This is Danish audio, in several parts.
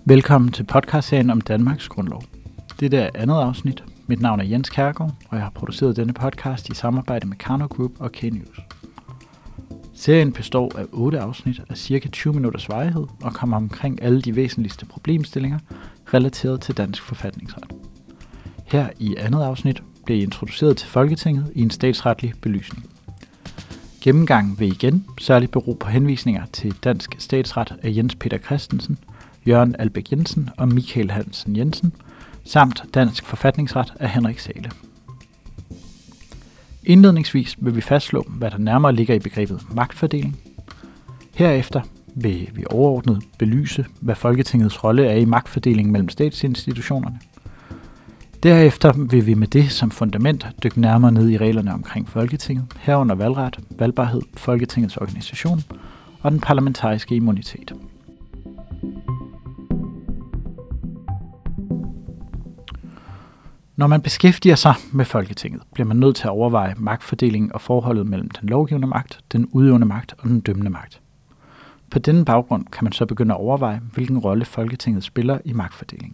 Velkommen til podcastserien om Danmarks Grundlov. Dette er andet afsnit. Mit navn er Jens Kærgaard, og jeg har produceret denne podcast i samarbejde med Karno Group og K-News. Serien består af 8 afsnit af cirka 20 minutters varighed og kommer omkring alle de væsentligste problemstillinger relateret til dansk forfatningsret. Her i andet afsnit bliver I introduceret til Folketinget i en statsretlig belysning. Gennemgangen vil igen særligt bero på henvisninger til dansk statsret af Jens Peter Christensen, Jørgen Albæk Jensen og Michael Hansen Jensen, samt dansk forfatningsret af Henrik Zahle. Indledningsvis vil vi fastslå, hvad der nærmere ligger i begrebet magtfordeling. Herefter vil vi overordnet belyse, hvad Folketingets rolle er i magtfordelingen mellem statsinstitutionerne. Derefter vil vi med det som fundament dykke nærmere ned i reglerne omkring Folketinget, herunder valgret, valgbarhed, Folketingets organisation og den parlamentariske immunitet. Når man beskæftiger sig med Folketinget, bliver man nødt til at overveje magtfordelingen og forholdet mellem den lovgivende magt, den udøvende magt og den dømmende magt. På denne baggrund kan man så begynde at overveje, hvilken rolle Folketinget spiller i magtfordelingen.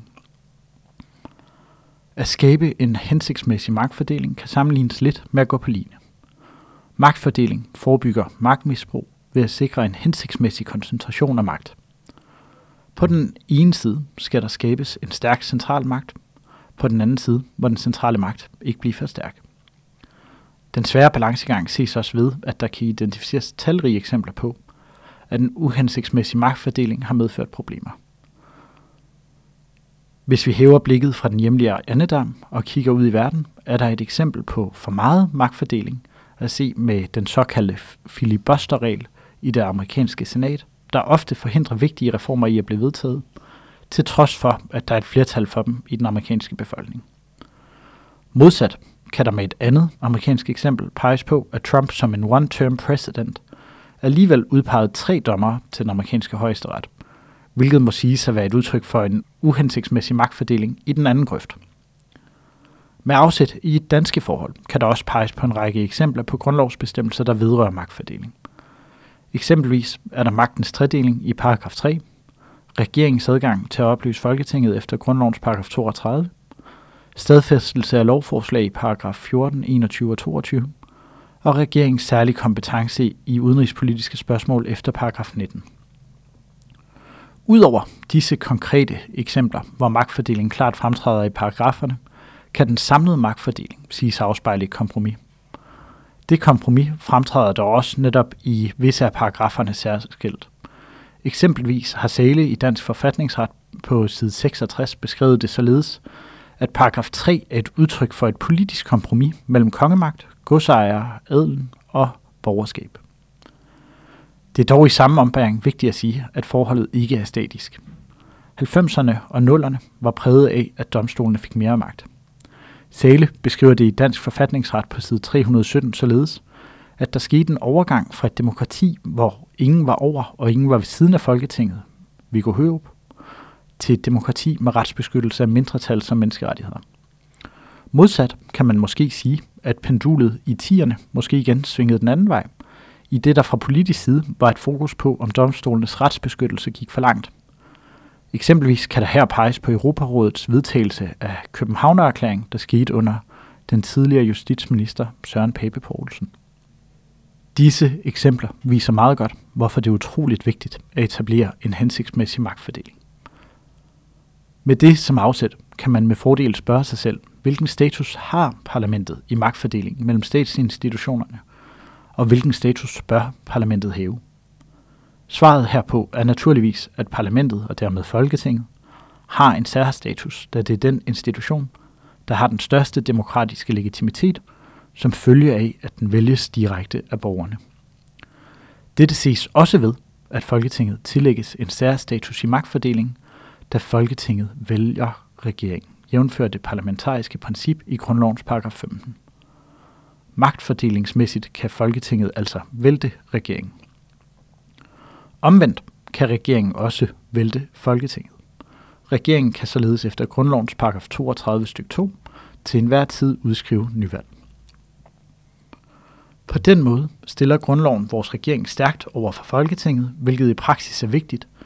At skabe en hensigtsmæssig magtfordeling kan sammenlignes lidt med at gå på line. Magtfordeling forebygger magtmisbrug ved at sikre en hensigtsmæssig koncentration af magt. På den ene side skal der skabes en stærk central magt, på den anden side må den centrale magt ikke blive for stærk. Den svære balancegang ses også ved, at der kan identificeres talrige eksempler på, at en uhensigtsmæssig magtfordeling har medført problemer. Hvis vi hæver blikket fra den hjemlige andedam og kigger ud i verden, er der et eksempel på for meget magtfordeling at se med den såkaldte filibusterregel i det amerikanske senat, der ofte forhindrer vigtige reformer i at blive vedtaget, til trods for, at der er et flertal for dem i den amerikanske befolkning. Modsat kan der med et andet amerikansk eksempel peges på, at Trump som en one-term president alligevel udpegede 3 dommere til den amerikanske højesteret, hvilket må siges at være et udtryk for en uhensigtsmæssig magtfordeling i den anden grøft. Med afsæt i danske forhold kan der også peges på en række eksempler på grundlovsbestemmelser, der vedrører magtfordeling. Eksempelvis er der magtens tredeling i paragraf 3, regeringens adgang til at oplyse Folketinget efter grundlovens paragraf 32, stadfæstelse af lovforslag i paragraf 14, 21 og 22, og regeringens særlige kompetence i udenrigspolitiske spørgsmål efter paragraf 19. Udover disse konkrete eksempler, hvor magtfordelingen klart fremtræder i paragraferne, kan den samlede magtfordeling siges afspejle et kompromis. Det kompromis fremtræder dog også netop i visse af paragraferne særskilt. Eksempelvis har Zahle i Dansk Forfatningsret på side 66 beskrevet det således, at paragraf 3 er et udtryk for et politisk kompromis mellem kongemagt, godsejere, adelen og borgerskab. Det er dog i samme ombæring vigtigt at sige, at forholdet ikke er statisk. 90'erne og 0'erne var præget af, at domstolene fik mere magt. Zahle beskriver det i Dansk Forfatningsret på side 317 således, at der skete en overgang fra et demokrati, hvor ingen var over og ingen var ved siden af Folketinget, Viggo Hørup, til et demokrati med retsbeskyttelse af mindretal som menneskerettigheder. Modsat kan man måske sige, at pendulet i 10'erne måske igen svingede den anden vej, i det der fra politisk side var et fokus på, om domstolenes retsbeskyttelse gik for langt. Eksempelvis kan der her peges på Europarådets vedtagelse af Københavnererklæring, der skete under den tidligere justitsminister Søren Pape Poulsen. Disse eksempler viser meget godt, hvorfor det er utroligt vigtigt at etablere en hensigtsmæssig magtfordeling. Med det som afsæt kan man med fordel spørge sig selv, hvilken status har parlamentet i magtfordelingen mellem statsinstitutionerne, og hvilken status bør parlamentet hæve? Svaret herpå er naturligvis, at parlamentet og dermed Folketinget har en særstatus, da det er den institution, der har den største demokratiske legitimitet, som følge af, at den vælges direkte af borgerne. Dette ses også ved, at Folketinget tillægges en særstatus i magtfordelingen, da Folketinget vælger regeringen, jævnfør det parlamentariske princip i grundlovens paragraf 15. Magtfordelingsmæssigt kan Folketinget altså vælte regeringen. Omvendt kan regeringen også vælte Folketinget. Regeringen kan således efter grundlovens paragraf 32 stykke 2 til enhver tid udskrive nyvalg. På den måde stiller grundloven vores regering stærkt over for Folketinget, hvilket i praksis er vigtigt,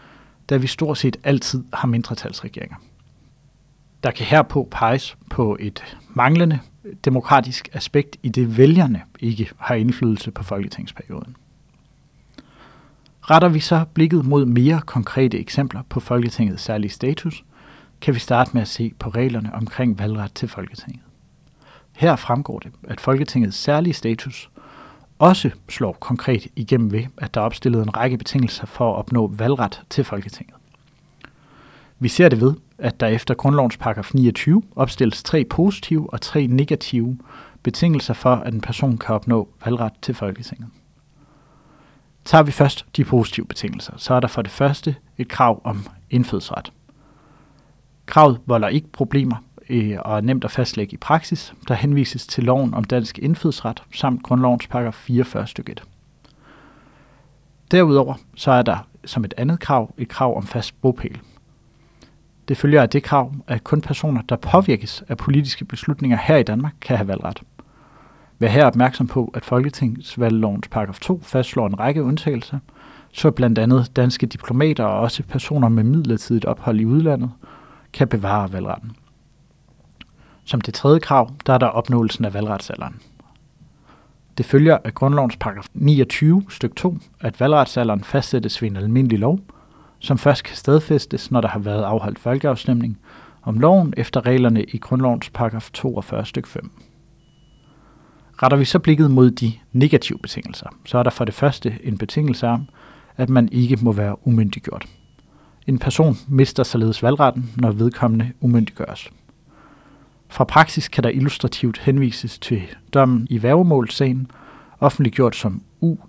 da vi stort set altid har mindretalsregeringer. Der kan herpå peges på et manglende demokratisk aspekt, i det vælgerne ikke har indflydelse på folketingsperioden. Retter vi så blikket mod mere konkrete eksempler på Folketingets særlige status, kan vi starte med at se på reglerne omkring valgret til Folketinget. Her fremgår det, at Folketingets særlige status også slår konkret igennem ved, at der er opstillet en række betingelser for at opnå valgret til Folketinget. Vi ser det ved, at der efter grundlovens paragraf 29 opstilles 3 positive og 3 negative betingelser for, at en person kan opnå valgret til Folketinget. Tager vi først de positive betingelser, så er der for det første et krav om indfødsret. Kravet volder ikke problemer og er nemt at fastlægge i praksis, der henvises til loven om dansk indfødsret samt grundlovens paragraf 44 stykke 1. Derudover så er der som et andet krav et krav om fast bopæl. Det følger af det krav, at kun personer, der påvirkes af politiske beslutninger her i Danmark, kan have valgret. Vær her opmærksom på, at Folketingsvalglovens paragraf 2 fastslår en række undtagelser, så blandt andet danske diplomater og også personer med midlertidigt ophold i udlandet kan bevare valgretten. Som det tredje krav, der er der opnåelsen af valgretsalderen. Det følger af grundlovens paragraf 29 stykke 2, at valgretsalderen fastsættes ved en almindelig lov, som først kan stadfæstes, når der har været afholdt folkeafstemning om loven efter reglerne i grundlovens paragraf 42 stykke 5. Retter vi så blikket mod de negative betingelser, så er der for det første en betingelse om, at man ikke må være umyndiggjort. En person mister således valgretten, når vedkommende umyndiggøres. Fra praksis kan der illustrativt henvises til dommen i værgemålssagen, offentliggjort som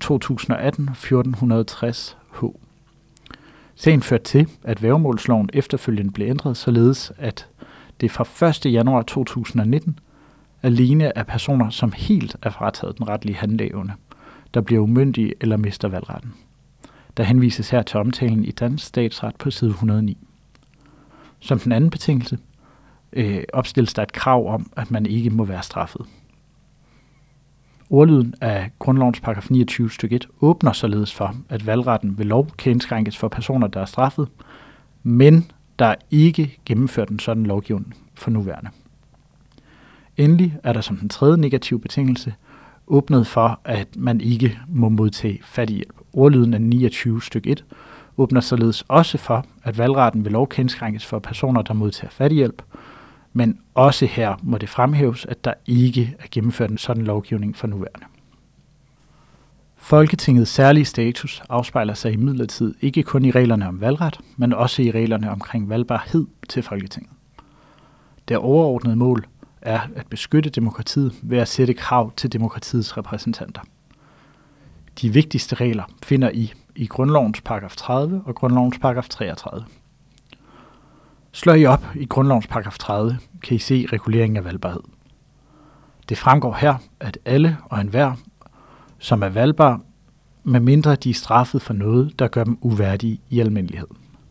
U2018-1460H. Sagen førte til, at værgemålsloven efterfølgende blev ændret således, at det fra 1. januar 2019 alene er personer, som helt er frataget den retlige handleevne, der bliver umyndige eller mister valgretten. Der henvises her til omtalen i dansk statsret på side 109. Som den anden betingelse opstilles der et krav om, at man ikke må være straffet. Ordlyden af grundlovens paragraf 29 stykke 1 åbner således for, at valgretten ved lov kan indskrænkes for personer, der er straffet, men der er ikke gennemført en sådan lovgivning for nuværende. Endelig er der som den tredje negative betingelse åbnet for, at man ikke må modtage fattighjælp. Ordlyden af 29 stykke 1 åbner således også for, at valgretten ved lov kan indskrænkes for personer, der modtager fattighjælp, men også her må det fremhæves, at der ikke er gennemført en sådan lovgivning for nuværende. Folketingets særlige status afspejler sig imidlertid ikke kun i reglerne om valgret, men også i reglerne omkring valgbarhed til Folketinget. Det overordnede mål er at beskytte demokratiet ved at sætte krav til demokratiets repræsentanter. De vigtigste regler finder I grundlovens paragraf 30 og grundlovens paragraf 33. Slår I op i grundlovens paragraf 30, kan I se reguleringen af valgbarhed. Det fremgår her, at alle og enhver, som er valgbar, medmindre de er straffet for noget, der gør dem uværdige i almindelighed.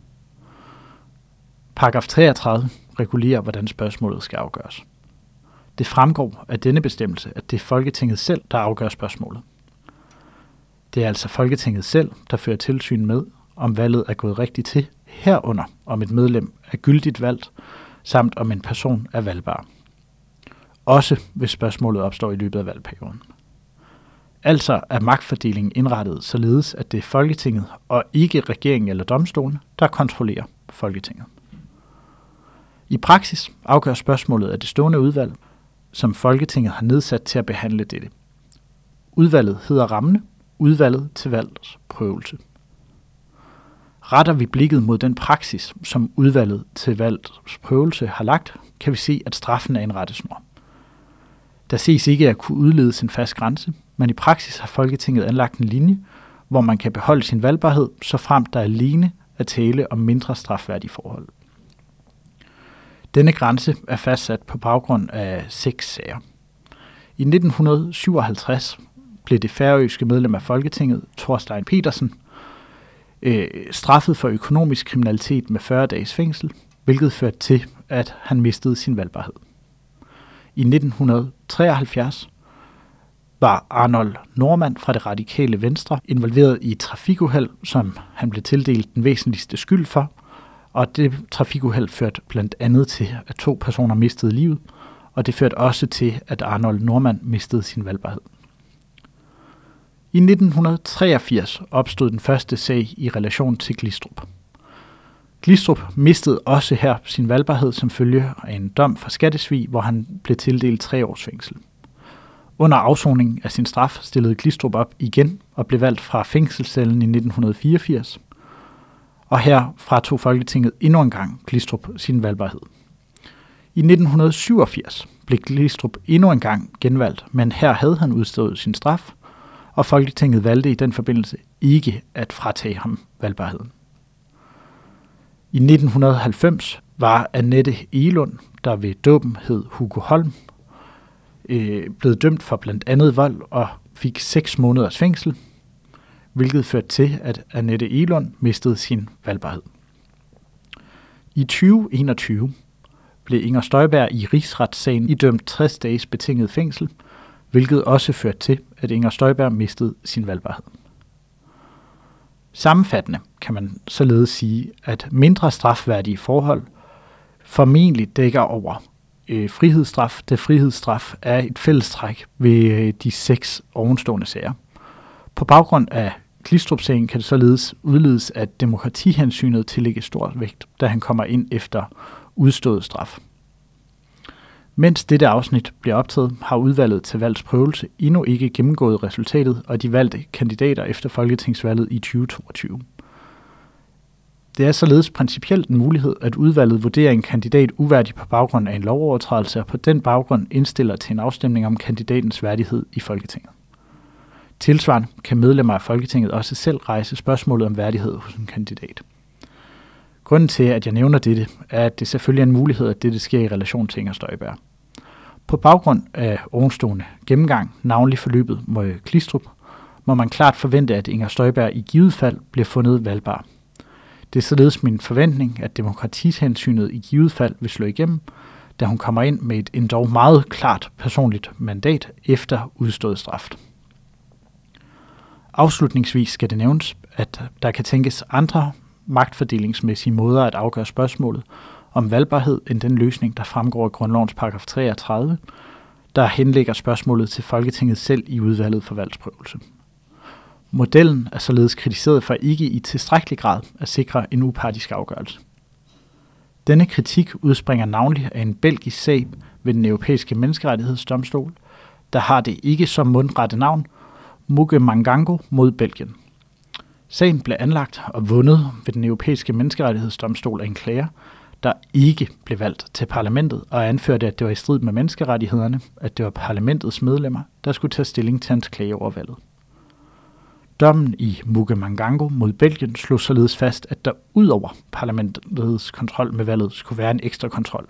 Paragraf 33 regulerer, hvordan spørgsmålet skal afgøres. Det fremgår af denne bestemmelse, at det er Folketinget selv, der afgør spørgsmålet. Det er altså Folketinget selv, der fører tilsyn med, om valget er gået rigtigt til, herunder om et medlem er gyldigt valgt, samt om en person er valgbar. Også hvis spørgsmålet opstår i løbet af valgperioden. Altså er magtfordelingen indrettet således, at det er Folketinget og ikke regeringen eller domstolen, der kontrollerer Folketinget. I praksis afgør spørgsmålet af det stående udvalg, som Folketinget har nedsat til at behandle dette. Udvalget hedder rammende, udvalget til valgets prøvelse. Retter vi blikket mod den praksis, som udvalget til valgets prøvelse har lagt, kan vi se, at straffen er en rettesnor. Der ses ikke at kunne udledes en fast grænse, men i praksis har Folketinget anlagt en linje, hvor man kan beholde sin valgbarhed, så fremt der alene er tale om mindre strafværdige forhold. Denne grænse er fastsat på baggrund af 6 sager. I 1957 blev det færøske medlem af Folketinget, Thorstein Petersen, straffet for økonomisk kriminalitet med 40 dages fængsel, hvilket førte til, at han mistede sin valgbarhed. I 1973 var Arnold Nordmann fra det radikale Venstre involveret i et trafikuheld, som han blev tildelt den væsentligste skyld for, og det trafikuheld førte blandt andet til, at 2 personer mistede livet, og det førte også til, at Arnold Nordmann mistede sin valgbarhed. I 1983 opstod den første sag i relation til Glistrup. Glistrup mistede også her sin valgbarhed som følge af en dom for skattesvig, hvor han blev tildelt 3 års fængsel. Under afsoningen af sin straf stillede Glistrup op igen og blev valgt fra fængselscellen i 1984. Og her fratog Folketinget endnu en gang Glistrup sin valgbarhed. I 1987 blev Glistrup endnu en gang genvalgt, men her havde han udstået sin straf, og Folketinget valgte i den forbindelse ikke at fratage ham valgbarheden. I 1990 var Annette Egelund, der ved dåben hed Hugo Holm, blevet dømt for blandt andet vold og fik 6 måneders fængsel, hvilket førte til, at Annette Egelund mistede sin valgbarhed. I 2021 blev Inger Støjberg i rigsretssagen idømt 60 dages betinget fængsel, hvilket også førte til, at Inger Støjberg mistede sin valgbarhed. Sammenfattende kan man således sige, at mindre strafværdige forhold formentlig dækker over frihedsstraf, da frihedsstraf er et fællestræk ved de 6 ovenstående sager. På baggrund af Glistrup-sagen kan det således udledes, at demokratihensynet tillægges stor vægt, da han kommer ind efter udstået straf. Mens dette afsnit bliver optaget, har udvalget til valgsprøvelse endnu ikke gennemgået resultatet og de valgte kandidater efter folketingsvalget i 2022. Det er således principielt en mulighed, at udvalget vurderer en kandidat uværdig på baggrund af en lovovertrædelse og på den baggrund indstiller til en afstemning om kandidatens værdighed i Folketinget. Tilsvarende kan medlemmer af Folketinget også selv rejse spørgsmålet om værdighed hos en kandidat. Grunden til, at jeg nævner dette, er, at det selvfølgelig er en mulighed, at dette sker i relation til Inger Støjberg. På baggrund af ovenstående gennemgang, navnlig forløbet med Glistrup, må man klart forvente, at Inger Støjberg i givet fald bliver fundet valgbar. Det er således min forventning, at demokratihensynet i givet fald vil slå igennem, da hun kommer ind med et endog meget klart personligt mandat efter udstået straf. Afslutningsvis skal det nævnes, at der kan tænkes andre magtfordelingsmæssige måder at afgøre spørgsmålet om valgbarhed end den løsning, der fremgår af grundlovens paragraf 33, der henlægger spørgsmålet til Folketinget selv i udvalget for valgsprøvelse. Modellen er således kritiseret for ikke i tilstrækkelig grad at sikre en upartisk afgørelse. Denne kritik udspringer navnlig af en belgisk sag ved den europæiske menneskerettighedsdomstol, der har det ikke som mundrette navn Mugemangango mod Belgien. Sagen blev anlagt og vundet ved den europæiske menneskerettighedsdomstol af en klager, der ikke blev valgt til parlamentet og anførte, at det var i strid med menneskerettighederne, at det var parlamentets medlemmer, der skulle tage stilling til hans klage over valget. Dommen i Mugemangango mod Belgien slog således fast, at der ud over parlamentets kontrol med valget skulle være en ekstra kontrol.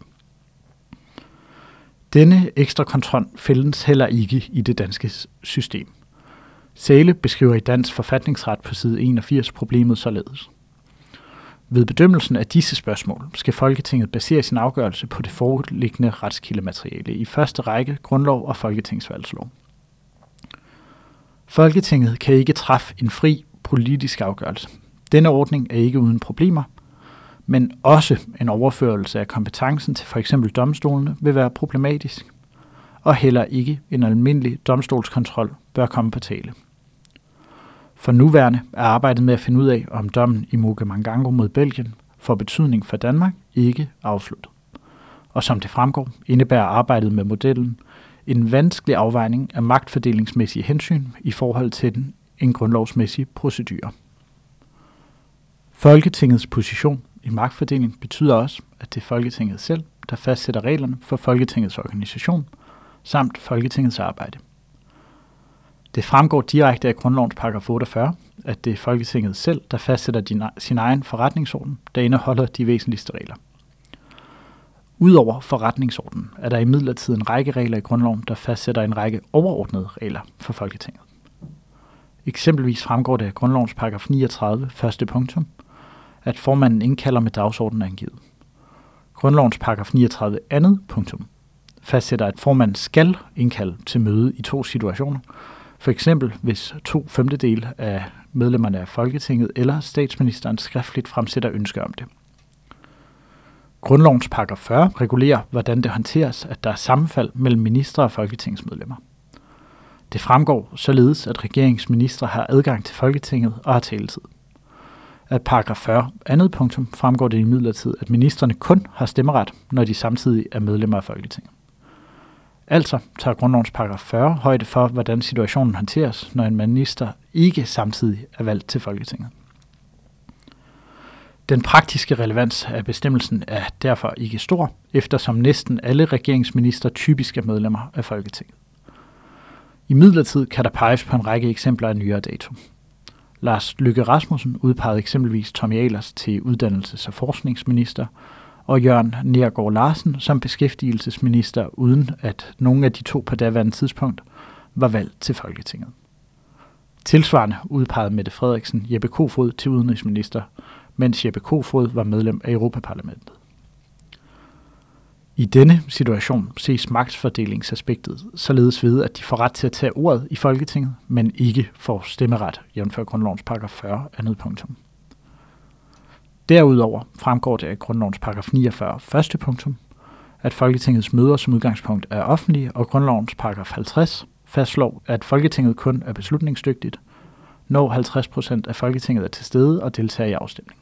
Denne ekstra kontrol findes heller ikke i det danske system. Zahle beskriver i Dansk Forfatningsret på side 81 problemet således. Ved bedømmelsen af disse spørgsmål skal Folketinget basere sin afgørelse på det foreliggende retskildemateriale, i første række grundlov og folketingsvalgslov. Folketinget kan ikke træffe en fri politisk afgørelse. Denne ordning er ikke uden problemer, men også en overførelse af kompetencen til f.eks. domstolene vil være problematisk, og heller ikke en almindelig domstolskontrol bør komme på tale. For nuværende er arbejdet med at finde ud af, om dommen i Mugemangango mod Belgien får betydning for Danmark ikke afsluttet. Og som det fremgår, indebærer arbejdet med modellen en vanskelig afvejning af magtfordelingsmæssige hensyn i forhold til en grundlovsmæssig procedure. Folketingets position i magtfordeling betyder også, at det er Folketinget selv, der fastsætter reglerne for Folketingets organisation samt Folketingets arbejde. Det fremgår direkte af grundlovens paragraf 48, at det er Folketinget selv, der fastsætter sin egen forretningsorden, der indeholder de væsentligste regler. Udover forretningsordenen er der imidlertid en række regler i grundloven, der fastsætter en række overordnede regler for Folketinget. Eksempelvis fremgår det af grundlovens paragraf 39, første punktum, at formanden indkalder med dagsordenen angivet. Grundlovens paragraf 39, andet punktum, fastsætter, at formanden skal indkalde til møde i 2 situationer. For eksempel, hvis 2/5 af medlemmerne af Folketinget eller statsministeren skriftligt fremsætter ønsker om det. Grundlovens paragraf 40 regulerer, hvordan det håndteres, at der er sammenfald mellem ministre og folketingsmedlemmer. Det fremgår således, at regeringsministre har adgang til Folketinget og har taletid. Af paragraf 40 andet punktum fremgår det imidlertid, at ministrene kun har stemmeret, når de samtidig er medlemmer af Folketinget. Altså tager grundlovens paragraf 40 højde for, hvordan situationen håndteres, når en minister ikke samtidig er valgt til Folketinget. Den praktiske relevans af bestemmelsen er derfor ikke stor, eftersom næsten alle regeringsministre typisk er medlemmer af Folketinget. Imidlertid kan der peges på en række eksempler af nyere dato. Lars Løkke Rasmussen udpegede eksempelvis Tommy Ahlers til uddannelses- og forskningsminister, og Jørgen Neergaard Larsen som beskæftigelsesminister, uden at nogen af de 2 på daværende tidspunkt var valgt til Folketinget. Tilsvarende udpegede Mette Frederiksen Jeppe Kofod til udenrigsminister, mens Jeppe Kofod var medlem af Europaparlamentet. I denne situation ses magtfordelingsaspektet således ved, at de får ret til at tage ordet i Folketinget, men ikke får stemmeret, jævnfør grundlovens paragraf 40 andet punktum. Derudover fremgår det af grundlovens paragraf 49 første punktum, at Folketingets møder som udgangspunkt er offentlige, og grundlovens paragraf 50 fastslår, at Folketinget kun er beslutningsdygtigt, når 50% af Folketinget er til stede og deltager i afstemningen.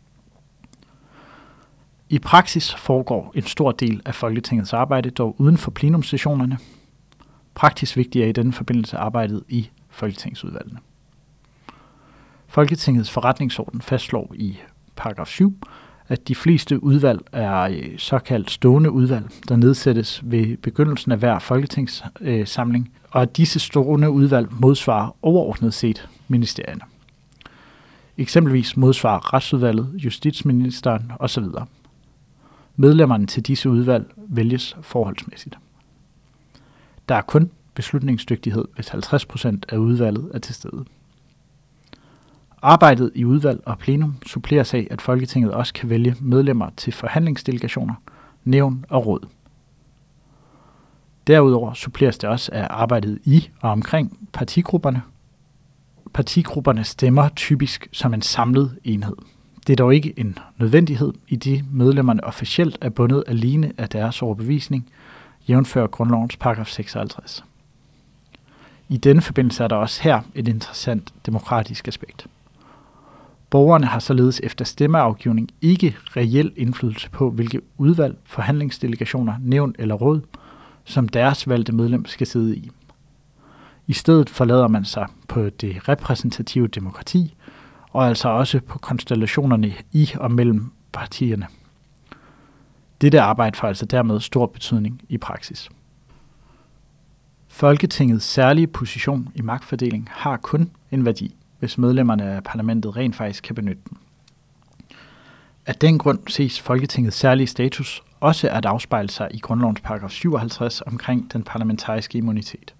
I praksis foregår en stor del af Folketingets arbejde dog uden for plenumsessionerne. Praktisk vigtigt er i denne forbindelse arbejdet i folketingsudvalgene. Folketingets forretningsorden fastslår i paragraf 7, at de fleste udvalg er såkaldt stående udvalg, der nedsættes ved begyndelsen af hver folketingssamling, og at disse stående udvalg modsvarer overordnet set ministerierne. Eksempelvis modsvarer Retsudvalget, Justitsministeren osv. Medlemmerne til disse udvalg vælges forholdsmæssigt. Der er kun beslutningsdygtighed, hvis 50% af udvalget er til stede. Arbejdet i udvalg og plenum suppleres af, at Folketinget også kan vælge medlemmer til forhandlingsdelegationer, nævn og råd. Derudover suppleres det også af arbejdet i og omkring partigrupperne. Partigrupperne stemmer typisk som en samlet enhed. Det er dog ikke en nødvendighed, i de medlemmerne officielt er bundet alene af deres overbevisning, jævnfør grundlovens paragraf 56. I denne forbindelse er der også her et interessant demokratisk aspekt. Borgerne har således efter stemmeafgivning ikke reel indflydelse på, hvilke udvalg, forhandlingsdelegationer, nævn eller råd, som deres valgte medlem skal sidde i. I stedet forlader man sig på det repræsentative demokrati, og altså også på konstellationerne i og mellem partierne. Dette arbejde får altså dermed stor betydning i praksis. Folketingets særlige position i magtfordeling har kun en værdi, hvis medlemmerne af parlamentet rent faktisk kan benytte den. Af den grund ses Folketingets særlige status også at afspejle sig i grundlovens paragraf 57 omkring den parlamentariske immunitet.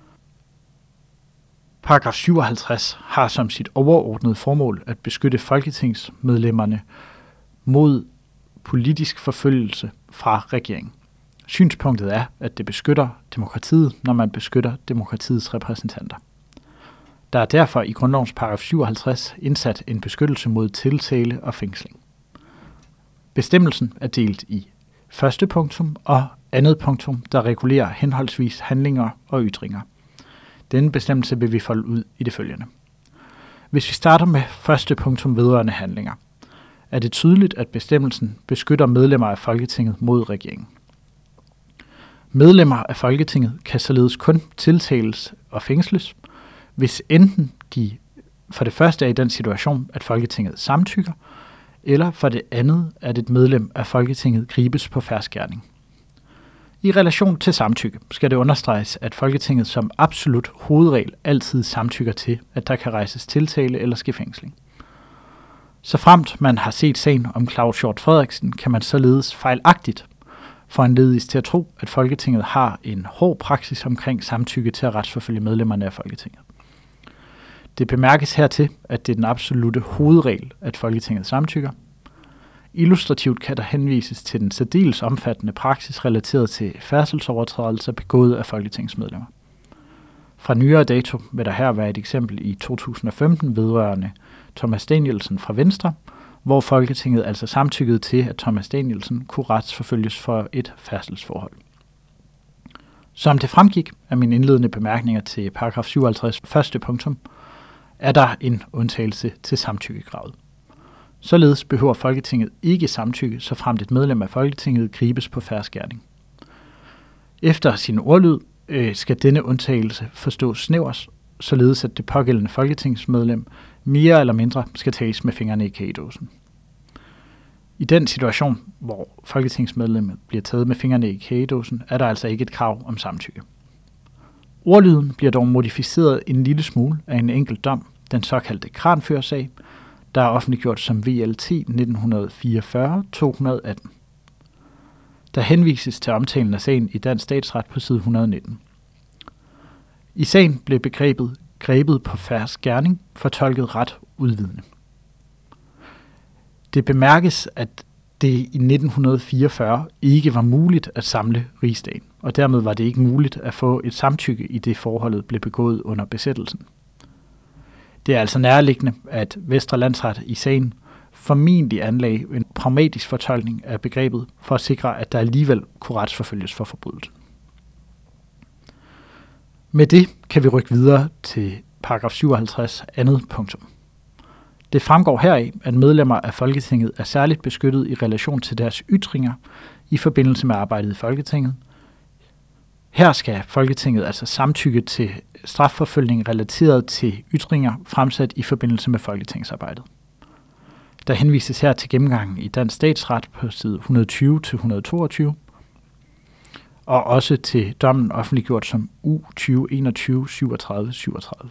Paragraf 57 har som sit overordnede formål at beskytte folketingsmedlemmerne mod politisk forfølgelse fra regeringen. Synspunktet er, at det beskytter demokratiet, når man beskytter demokratiets repræsentanter. Der er derfor i grundlovens paragraf 57 indsat en beskyttelse mod tiltale og fængsling. Bestemmelsen er delt i første punktum og andet punktum, der regulerer henholdsvis handlinger og ytringer. Denne bestemmelse vil vi folde ud i det følgende. Hvis vi starter med første punktum vedrørende handlinger, er det tydeligt, at bestemmelsen beskytter medlemmer af Folketinget mod regeringen. Medlemmer af Folketinget kan således kun tiltales og fængsles, hvis enten de for det første er i den situation, at Folketinget samtykker, eller for det andet, at et medlem af Folketinget gribes på fersk gerning. I relation til samtykke skal det understreges, at Folketinget som absolut hovedregel altid samtykker til, at der kan rejses tiltale eller ske fængsling. Såfremt man har set sagen om Claus Hjort Frederiksen, kan man således fejlagtigt foranlediges til at tro, at Folketinget har en hård praksis omkring samtykke til at retsforfølge medlemmerne af Folketinget. Det bemærkes hertil, at det er den absolute hovedregel, at Folketinget samtykker. Illustrativt kan der henvises til den særdeles omfattende praksis relateret til færdselsovertrædelser begået af folketingsmedlemmer. Fra nyere dato vil der her være et eksempel i 2015 vedrørende Thomas Danielsen fra Venstre, hvor Folketinget altså samtykkede til, at Thomas Danielsen kunne retsforfølges for et færdselsforhold. Som det fremgik af mine indledende bemærkninger til paragraf 57 første punktum, er der en undtagelse til samtykkekravet. Således behøver Folketinget ikke samtykke, så fremt et medlem af Folketinget gribes på færdsgerning. Efter sin ordlyd skal denne undtagelse forstås snævert, således at det pågældende folketingsmedlem mere eller mindre skal tages med fingrene i kagedåsen. I den situation, hvor folketingsmedlemmet bliver taget med fingrene i kagedåsen, er der altså ikke et krav om samtykke. Ordlyden bliver dog modificeret en lille smule af en enkelt dom, den såkaldte Kranførsag, der er offentliggjort som VLT 1944-218. Der henvises til omtalen af sagen i Dansk Statsret på side 119. I sagen blev begrebet grebet på færds gerning fortolket ret udvidende. Det bemærkes, at det i 1944 ikke var muligt at samle rigsdagen, og dermed var det ikke muligt at få et samtykke i det forholdet blev begået under besættelsen. Det er altså nærliggende, at Vestre Landsret i sagen formentlig anlagde en pragmatisk fortolkning af begrebet for at sikre, at der alligevel kunne retsforfølges for forbrydelsen. Med det kan vi rykke videre til paragraf 57 andet punktum. Det fremgår heraf, at medlemmer af Folketinget er særligt beskyttet i relation til deres ytringer i forbindelse med arbejdet i Folketinget. Her skal Folketinget altså samtykke til strafforfølgning relateret til ytringer fremsat i forbindelse med folketingsarbejdet. Der henvises her til gennemgangen i Dansk Statsret på side 120-122, og også til dommen offentliggjort som U2021-37-37.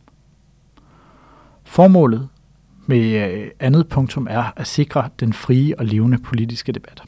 Formålet med andet punktum er at sikre den frie og levende politiske debat.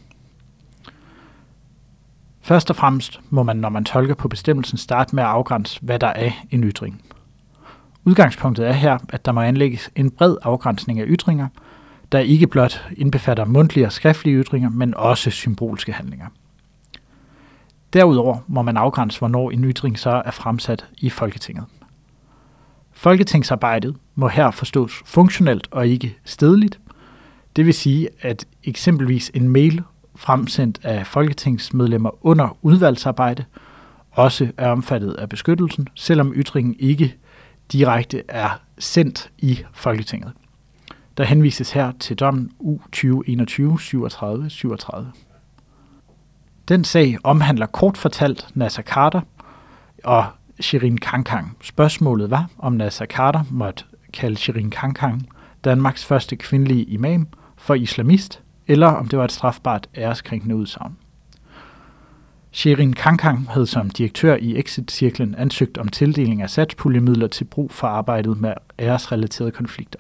Først og fremmest må man, når man tolker på bestemmelsen, starte med at afgrænse, hvad der er en ytring. Udgangspunktet er her, at der må anlægges en bred afgrænsning af ytringer, der ikke blot indbefatter mundtlige og skriftlige ytringer, men også symbolske handlinger. Derudover må man afgrænse, hvornår en ytring så er fremsat i Folketinget. Folketingsarbejdet må her forstås funktionelt og ikke stedligt. Det vil sige, at eksempelvis en mail fremsendt af folketingsmedlemmer under udvalgsarbejde også er omfattet af beskyttelsen, selvom ytringen ikke direkte er sendt i Folketinget. Der henvises her til dommen U2021-37-37. Den sag omhandler kort fortalt Naser Khader og Sherin Khankan. Spørgsmålet var, om Naser Khader måtte kalde Sherin Khankan Danmarks første kvindelige imam for islamist, eller om det var et strafbart æreskrænkende udsagn. Sherin Khankan havde som direktør i Exit-cirklen ansøgt om tildeling af satspuljemidler til brug for arbejdet med æresrelaterede konflikter.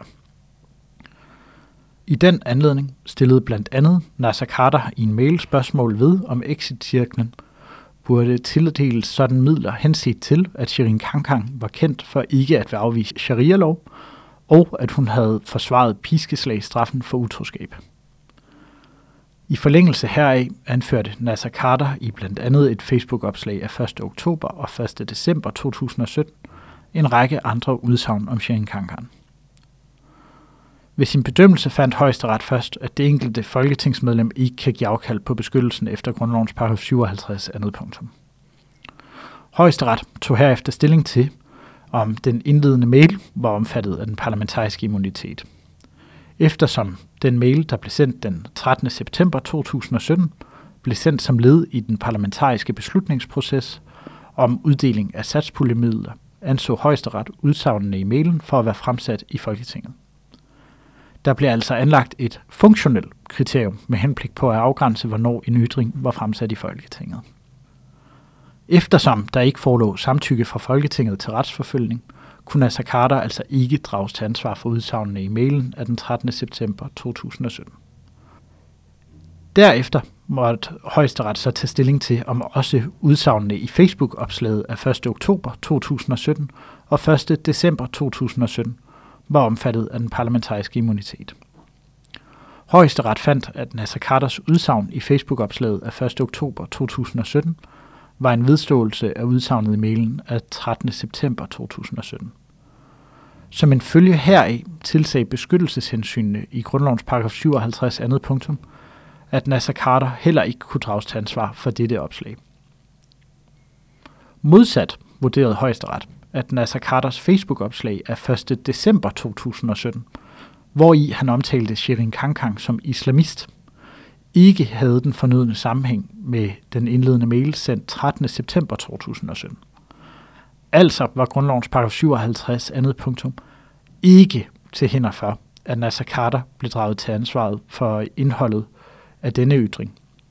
I den anledning stillede blandt andet Naser Khader i en mail spørgsmål ved, om Exit-cirklen burde tildeles sådan midler henset til, at Sherin Khankan var kendt for ikke at afvise sharia-lov, og at hun havde forsvaret piskeslagsstraffen for utroskab. I forlængelse heraf anførte Naser Khader i blandt andet et Facebook-opslag af 1. oktober og 1. december 2017 en række andre udsagn om Sherin Khankan. Ved sin bedømmelse fandt Højesteret først, at det enkelte folketingsmedlem ikke kan give afkald på beskyttelsen efter grundlovens paragraf 57 andet punktum. Højesteret tog herefter stilling til, om den indledende mail var omfattet af den parlamentariske immunitet. Eftersom den mail, der blev sendt den 13. september 2017, blev sendt som led i den parlamentariske beslutningsproces om uddeling af satspuljemidler, anså Højesteret udsagnene i mailen for at være fremsat i Folketinget. Der blev altså anlagt et funktionelt kriterium med henblik på at afgrænse, hvornår en ytring var fremsat i Folketinget. Eftersom der ikke forelå samtykke fra Folketinget til retsforfølgning, kunne Naser Khader altså ikke drages til ansvar for udsagnene i mailen af den 13. september 2017. Derefter måtte Højesteret så tage stilling til, om også udsagnene i Facebook-opslaget af 1. oktober 2017 og 1. december 2017 var omfattet af den parlamentariske immunitet. Højesteret fandt, at Naser Khaders udsagn i Facebook-opslaget af 1. oktober 2017 var en vedståelse af udsagnet i mailen af 13. september 2017. Som en følge heraf tilsagde beskyttelseshensynene i grundlovens paragraf 57 andet punktum, at Naser Khader heller ikke kunne drages til ansvar for dette opslag. Modsat vurderede Højesteret, at Naser Khaders Facebook-opslag af 1. december 2017, hvori han omtalte Sherin Khankan som islamist, ikke havde den fornødne sammenhæng med den indledende mail sendt 13. september 2017. Altså var grundlovens paragraf 57 andet punktum ikke til hinder for, at Naser Khader blev draget til ansvaret for indholdet af denne ytring.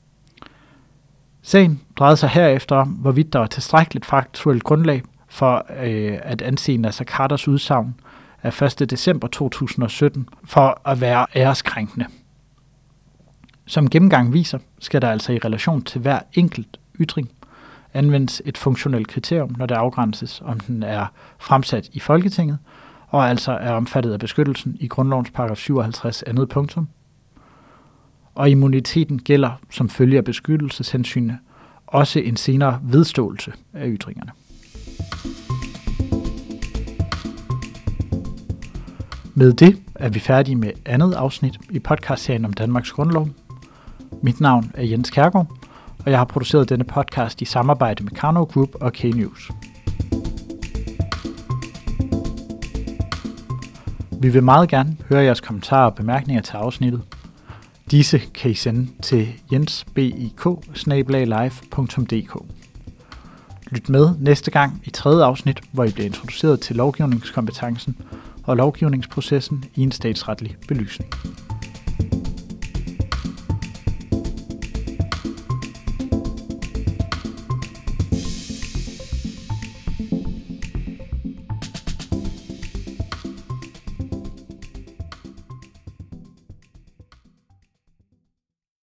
Sagen drejede sig herefter om, hvorvidt der var tilstrækkeligt faktuelt grundlag for at anse Naser Khaders udsagn af 1. december 2017 for at være æreskrænkende. Som gennemgang viser, skal der altså i relation til hver enkelt ytring anvendes et funktionelt kriterium, når det afgrænses, om den er fremsat i Folketinget, og altså er omfattet af beskyttelsen i grundlovens paragraf 57 andet punktum. Og immuniteten gælder som følge af beskyttelseshensynene også en senere vedståelse af ytringerne. Med det er vi færdige med andet afsnit i podcastserien om Danmarks Grundlov. Mit navn er Jens Kjærgaard, og jeg har produceret denne podcast i samarbejde med Karnov Group og K-News. Vi vil meget gerne høre jeres kommentarer og bemærkninger til afsnittet. Disse kan I sende til jensbik@live.dk. Lyt med næste gang i 3. afsnit, hvor I bliver introduceret til lovgivningskompetencen og lovgivningsprocessen i en statsretlig belysning.